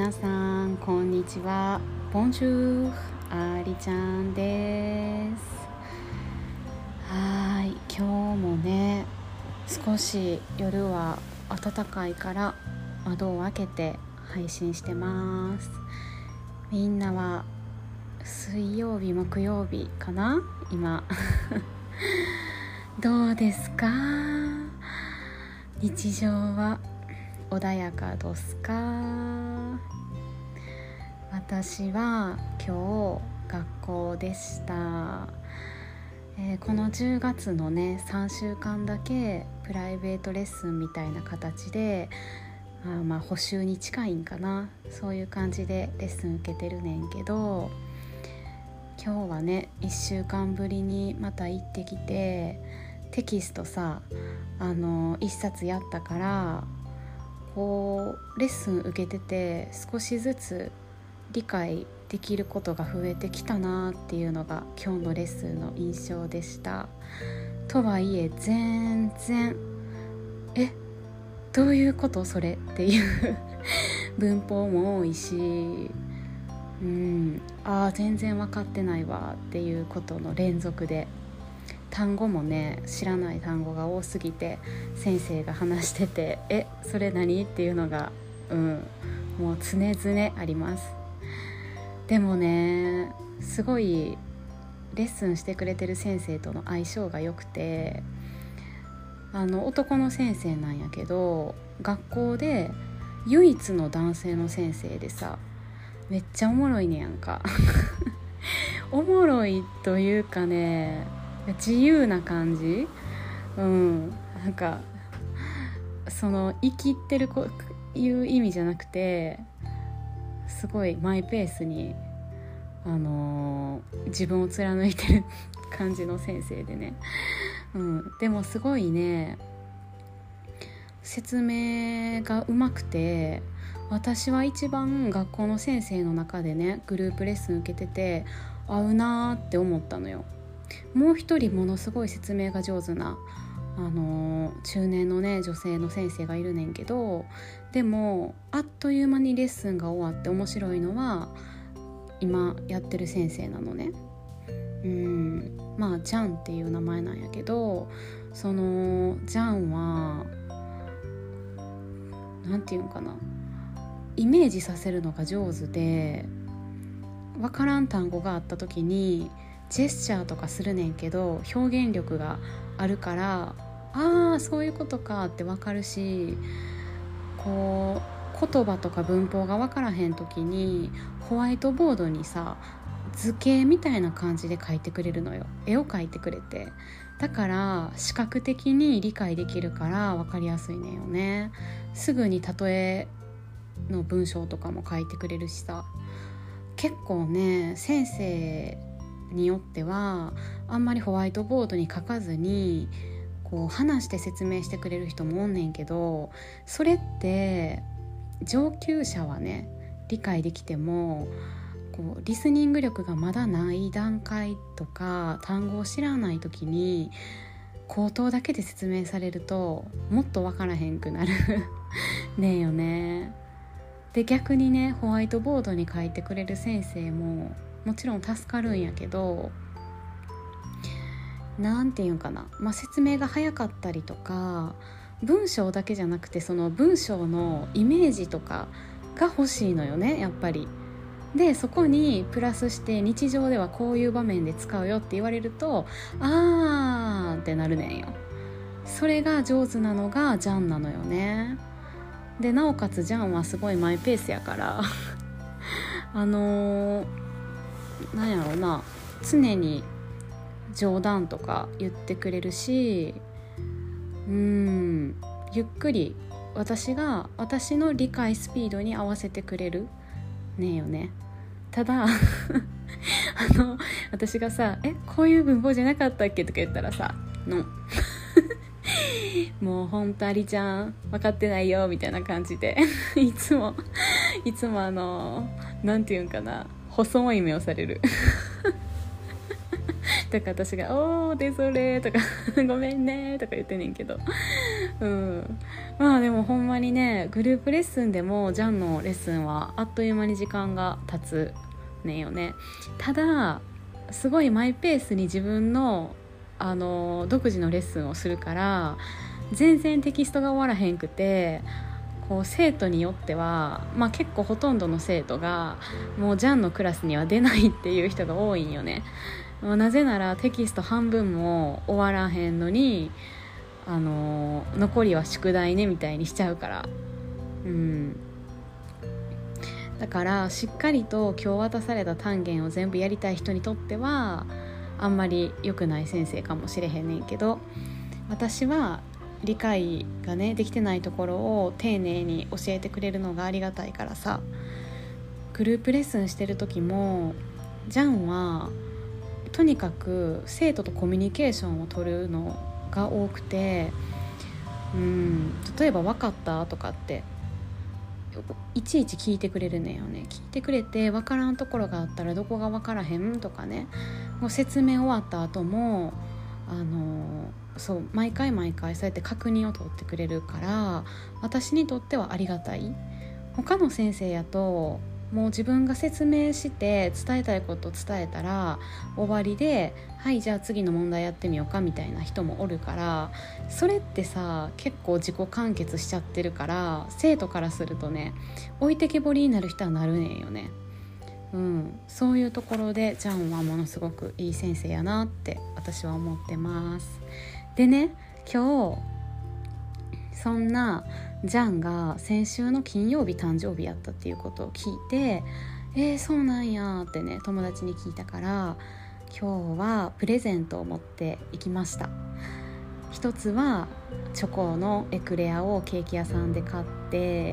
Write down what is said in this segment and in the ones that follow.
皆さんこんにちは。ボンジュール、ありちゃんです。今日もね、少し夜は暖かいから窓を開けて配信してます。みんなは水曜日木曜日かな今どうですか？日常は穏やかですか？私は今日学校でした。この10月のね3週間だけプライベートレッスンみたいな形で補習に近いんかな、そういう感じでレッスン受けてるねんけど、今日はね1週間ぶりにまた行ってきて、テキストさ1冊やったから、こうレッスン受けてて少しずつ理解できることが増えてきたなっていうのが今日のレッスンの印象でした。とはいえ全然どういうことそれっていう文法も多いし、全然分かってないわっていうことの連続で、単語もね知らない単語が多すぎて先生が話しててそれ何っていうのがもう常々あります。でもねすごいレッスンしてくれてる先生との相性が良くて、男の先生なんやけど学校で唯一の男性の先生でさ、めっちゃおもろいねやんかおもろいというかね、自由な感じ、なんかその生きってるいう意味じゃなくて、すごいマイペースに、自分を貫いてる感じの先生でね、でもすごいね説明がうまくて、私は一番学校の先生の中でねグループレッスン受けてて合うなって思ったのよ。もう一人ものすごい説明が上手な中年のね女性の先生がいるねんけど、でもあっという間にレッスンが終わって面白いのは今やってる先生なのね。ジャンっていう名前なんやけど、そのジャンはなんていうんかな、イメージさせるのが上手で、わからん単語があった時にジェスチャーとかするねんけど、表現力があるからそういうことかってわかるし、こう言葉とか文法がわからへん時にホワイトボードにさ図形みたいな感じで描いてくれるのよ。絵を描いてくれて、だから視覚的に理解できるからわかりやすいねんよね。すぐに例えの文章とかも書いてくれるしさ、結構ね先生によってはあんまりホワイトボードに書かずにこう話して説明してくれる人もおんねんけど、それって上級者はね理解できても、こうリスニング力がまだない段階とか単語を知らない時に口頭だけで説明されるともっと分からへんくなるねえよね。で逆にねホワイトボードに書いてくれる先生ももちろん助かるんやけど、なんていうんかな、説明が早かったりとか、文章だけじゃなくてその文章のイメージとかが欲しいのよねやっぱり。でそこにプラスして日常ではこういう場面で使うよって言われるとってなるねんよ。それが上手なのがジャンなのよね。でなおかつジャンはすごいマイペースやからなんやろな、常に冗談とか言ってくれるし、ゆっくり私の理解スピードに合わせてくれるねえよね。ただ私がさこういう文法じゃなかったっけとか言ったらさもうほんとありちゃん分かってないよみたいな感じでいつもなんていうんかな、細い目をされるだから私がおーでそれとかごめんねとか言ってんねんけどまあでもほんまにね、グループレッスンでもジャンのレッスンはあっという間に時間が経つねんよね。ただすごいマイペースに自分の独自のレッスンをするから全然テキストが終わらへんくて、こう生徒によっては、結構ほとんどの生徒がもうジャンのクラスには出ないっていう人が多いんよね。なぜならテキスト半分も終わらへんのに残りは宿題ねみたいにしちゃうから、だからしっかりと今日渡された単元を全部やりたい人にとってはあんまり良くない先生かもしれへんねんけど、私は理解がねできてないところを丁寧に教えてくれるのがありがたいからさ、グループレッスンしてる時もジャンはとにかく生徒とコミュニケーションを取るのが多くて、例えば分かったとかっていちいち聞いてくれるねんよね。聞いてくれて分からんところがあったらどこが分からへんとかね、もう説明終わった後もそう毎回そうやって確認を取ってくれるから、私にとってはありがたい。他の先生やともう自分が説明して伝えたいことを伝えたら終わりで、はいじゃあ次の問題やってみようかみたいな人もおるから、それってさ結構自己完結しちゃってるから、生徒からするとね置いてけぼりになる人はなるねんよね。そういうところでジャンはものすごくいい先生やなって私は思ってます。でね、今日そんなジャンが先週の金曜日誕生日やったっていうことを聞いて、そうなんやってね友達に聞いたから、今日はプレゼントを持って行きました。一つはチョコのエクレアをケーキ屋さんで買って、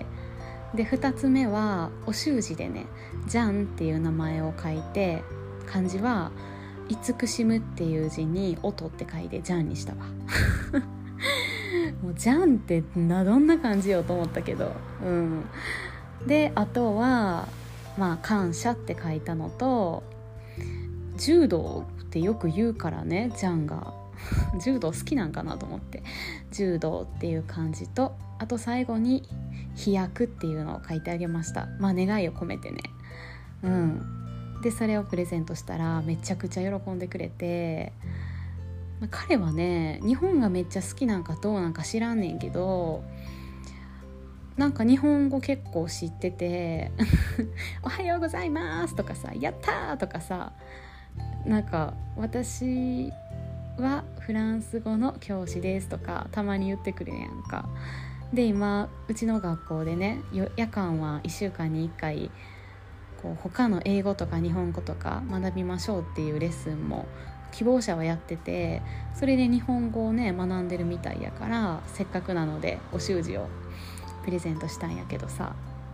で2つ目はお習字でねジャンっていう名前を書いて、漢字は慈しむっていう字に音って書いてジャンにしたわもうジャンってどんな感じよと思ったけど、であとは感謝って書いたのと、柔道ってよく言うからねジャンが柔道好きなんかなと思って柔道っていう漢字と、あと最後に飛躍っていうのを書いてあげました。願いを込めてね。でそれをプレゼントしたらめちゃくちゃ喜んでくれて、彼はね日本がめっちゃ好きなんかどうなんか知らんねんけど、なんか日本語結構知ってておはようございますとかさ、やったーとかさ、なんか私はフランス語の教師ですとかたまに言ってくれるやんか。で今うちの学校でね夜間は1週間に1回こう他の英語とか日本語とか学びましょうっていうレッスンも希望者はやってて、それで日本語をね学んでるみたいやから、せっかくなのでお習字をプレゼントしたんやけどさ、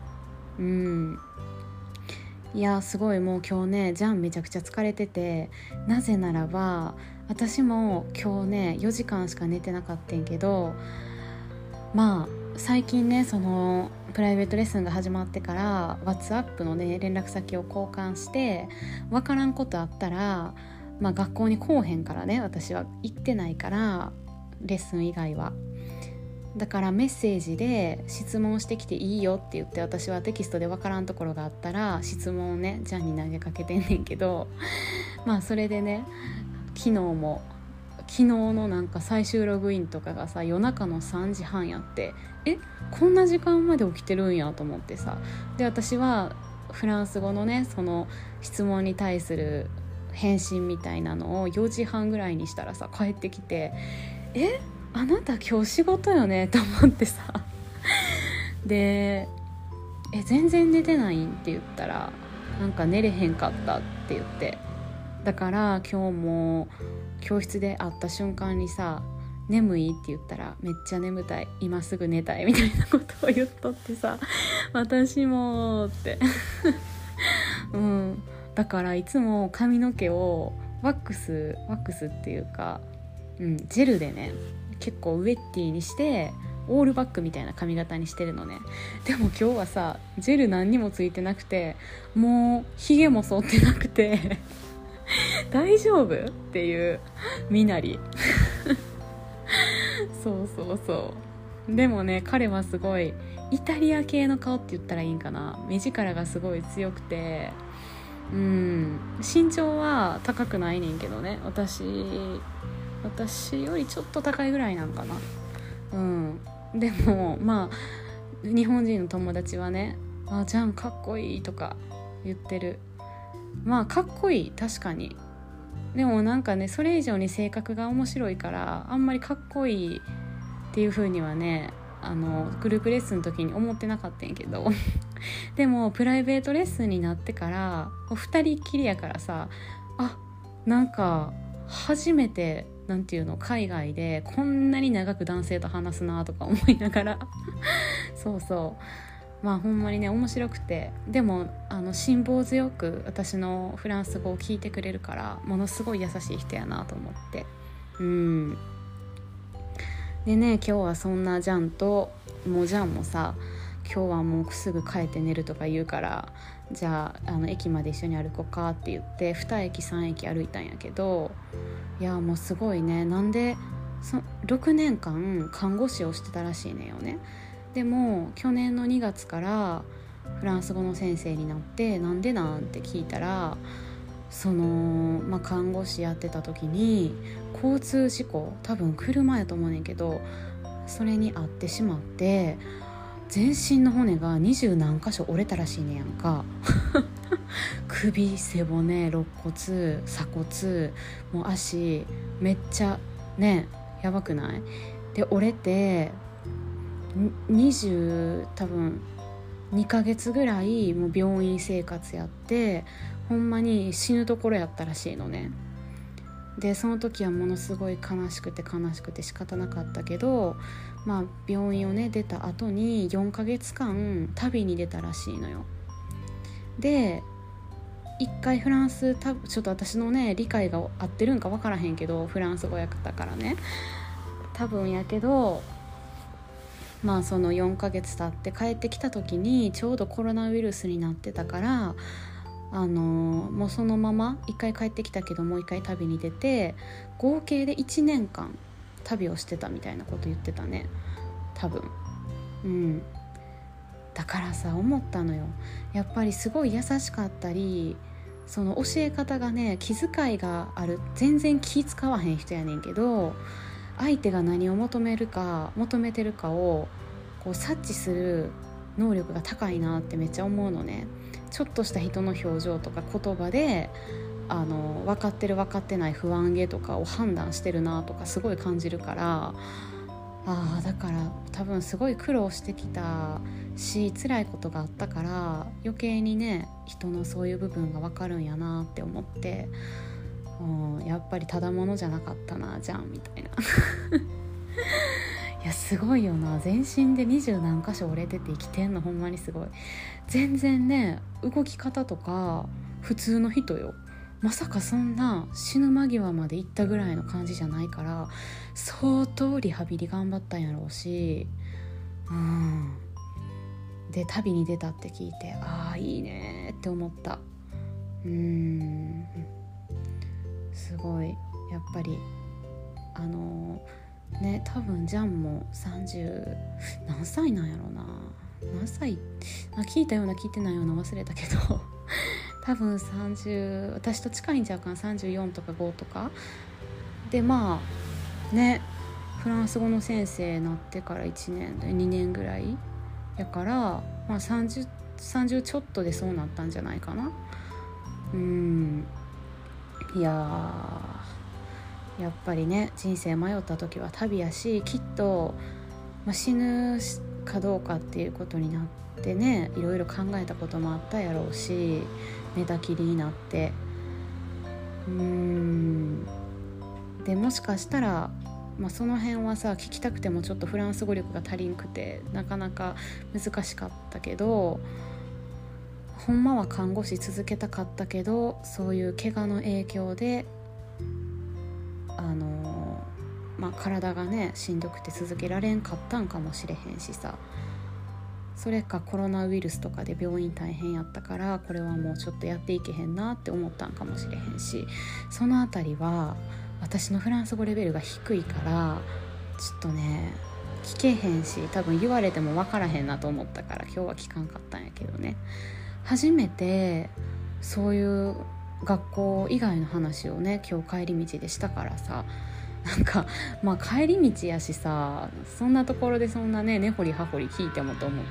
いやすごいもう今日ねジャンめちゃくちゃ疲れてて、なぜならば私も今日ね4時間しか寝てなかったんけど、最近ねそのプライベートレッスンが始まってから WhatsApp のね連絡先を交換して、分からんことあったら学校に来おへんからね、私は行ってないからレッスン以外は。だからメッセージで質問してきていいよって言って、私はテキストで分からんところがあったら質問をねジャンに投げかけてんねんけど、それでね昨日のなんか最終ログインとかがさ夜中の3時半やって、こんな時間まで起きてるんやと思ってさ、で私はフランス語のねその質問に対する返信みたいなのを4時半ぐらいにしたらさ帰ってきて、あなた今日仕事よねと思ってさで全然寝てないんって言ったら、なんか寝れへんかったって言って、だから今日も教室で会った瞬間にさ眠いって言ったら、めっちゃ眠たい今すぐ寝たいみたいなことを言っとってさ私もってだからいつも髪の毛をワックスっていうか、ジェルでね結構ウェッティにしてオールバックみたいな髪型にしてるのね。でも今日はさジェル何にもついてなくて、もうヒゲも剃ってなくて大丈夫っていう身なりそうそうそう。でもね、彼はすごいイタリア系の顔って言ったらいいんかな、目力がすごい強くて、身長は高くないねんけどね、私よりちょっと高いぐらいなんかな。でもまあ日本人の友達はね、ジャンかっこいいとか言ってる。まあかっこいい、確かに。でもなんかね、それ以上に性格が面白いからあんまりかっこいいっていう風にはね、グループレッスンの時に思ってなかったんやけどでもプライベートレッスンになってから二人きりやからさ、なんか初めてなんていうの、海外でこんなに長く男性と話すなとか思いながらそうそう、まあほんまにね面白くて、でも辛抱強く私のフランス語を聞いてくれるからものすごい優しい人やなと思って。でね、今日はそんなジャンと、もうジャンもさ、今日はもうすぐ帰って寝るとか言うから、じゃあ駅まで一緒に歩こうかって言って2駅3駅歩いたんやけど、いやもうすごいね。なんで6年間看護師をしてたらしいねよね。でも去年の2月からフランス語の先生になって、なんでなんて聞いたら、看護師やってた時に交通事故、多分車やと思うねんけど、それに遭ってしまって全身の骨が20何箇所折れたらしいねやんか首、背骨、肋骨、鎖骨、もう足、めっちゃねやばくない？で折れて多分2ヶ月ぐらいもう病院生活やって、ほんまに死ぬところやったらしいのね。でその時はものすごい悲しくて仕方なかったけど、病院をね出た後に4ヶ月間旅に出たらしいのよ。で一回フランス、ちょっと私のね理解が合ってるんか分からへんけど、フランス語やったからね、多分やけど、その4ヶ月経って帰ってきた時にちょうどコロナウイルスになってたから、もうそのまま一回帰ってきたけどもう一回旅に出て、合計で1年間旅をしてたみたいなこと言ってたね、多分。だからさ、思ったのよ、やっぱりすごい優しかったり、その教え方がね、気遣いがある、全然気使わへん人やねんけど、相手が何を求めてるかをこう察知する能力が高いなってめっちゃ思うのね。ちょっとした人の表情とか言葉で分かってる分かってない不安げとかを判断してるなとかすごい感じるから、だから多分すごい苦労してきたし、辛いことがあったから余計にね人のそういう部分が分かるんやなって思って、やっぱりただものじゃなかったなじゃんみたいないやすごいよな、全身で20何箇所折れてて生きてんの、ほんまにすごい。全然ね動き方とか普通の人よ。まさかそんな死ぬ間際まで行ったぐらいの感じじゃないから、相当リハビリ頑張ったんやろうし、で旅に出たって聞いて、いいねって思った。すごいやっぱり多分ジャンも30何歳なんやろな、何歳聞いたような聞いてないような忘れたけど多分30、私と近いんちゃうかな、34とか5とかで、フランス語の先生になってから1年で2年ぐらいやから、30ちょっとでそうなったんじゃないかな。いややっぱりね、人生迷った時は旅やし、きっと、死ぬかどうかっていうことになってね、いろいろ考えたこともあったやろうし、寝たきりになって、でもしかしたら、その辺はさ聞きたくてもちょっとフランス語力が足りんくてなかなか難しかったけど、ほんまは看護師続けたかったけど、そういう怪我の影響で体がねしんどくて続けられんかったんかもしれへんしさ、 それかコロナウイルスとかで病院大変やったから、これはもうちょっとやっていけへんなって思ったんかもしれへんし、そのあたりは私のフランス語レベルが低いからちょっとね聞けへんし、多分言われても分からへんなと思ったから今日は聞かんかったんやけどね。初めてそういう学校以外の話をね今日帰り道でしたからさ、なんかまあ帰り道やしさ、そんなところでそんなね根掘り葉掘り聞いてもと思って、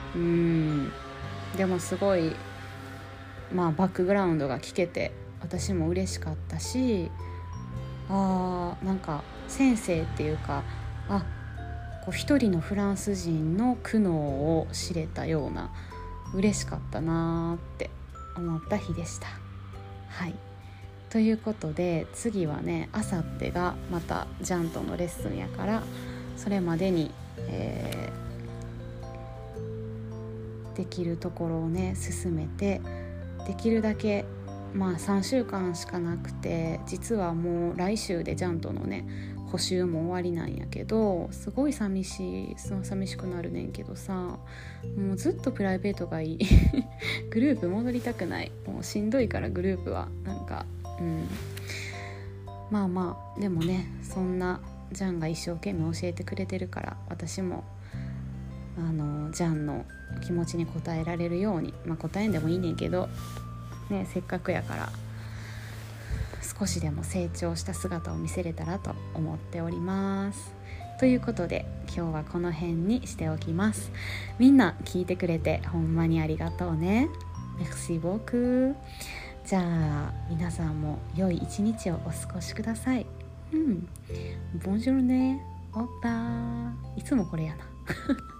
でもすごいまあバックグラウンドが聞けて私も嬉しかったし、なんか先生っていうか、こう一人のフランス人の苦悩を知れたような、嬉しかったなって思った日でした。はい、ということで次はね、あさってがまたジャンとのレッスンやから、それまでに、できるところをね進めて、できるだけまあ3週間しかなくて、実はもう来週でジャンとのね補習も終わりなんやけど、すごい寂しくなるねんけどさ、もうずっとプライベートがいいグループ戻りたくない、もうしんどいからグループはなんか、まあまあでもね、そんなジャンが一生懸命教えてくれてるから、私もジャンの気持ちに応えられるように、答えんでもいいねんけどね、せっかくやから少しでも成長した姿を見せれたらと思っております。ということで今日はこの辺にしておきます。みんな聞いてくれてほんまにありがとうね。Merci beaucoup。じゃあ皆さんも良い一日をお過ごしください。ボンジュールね。オッパー。いつもこれやな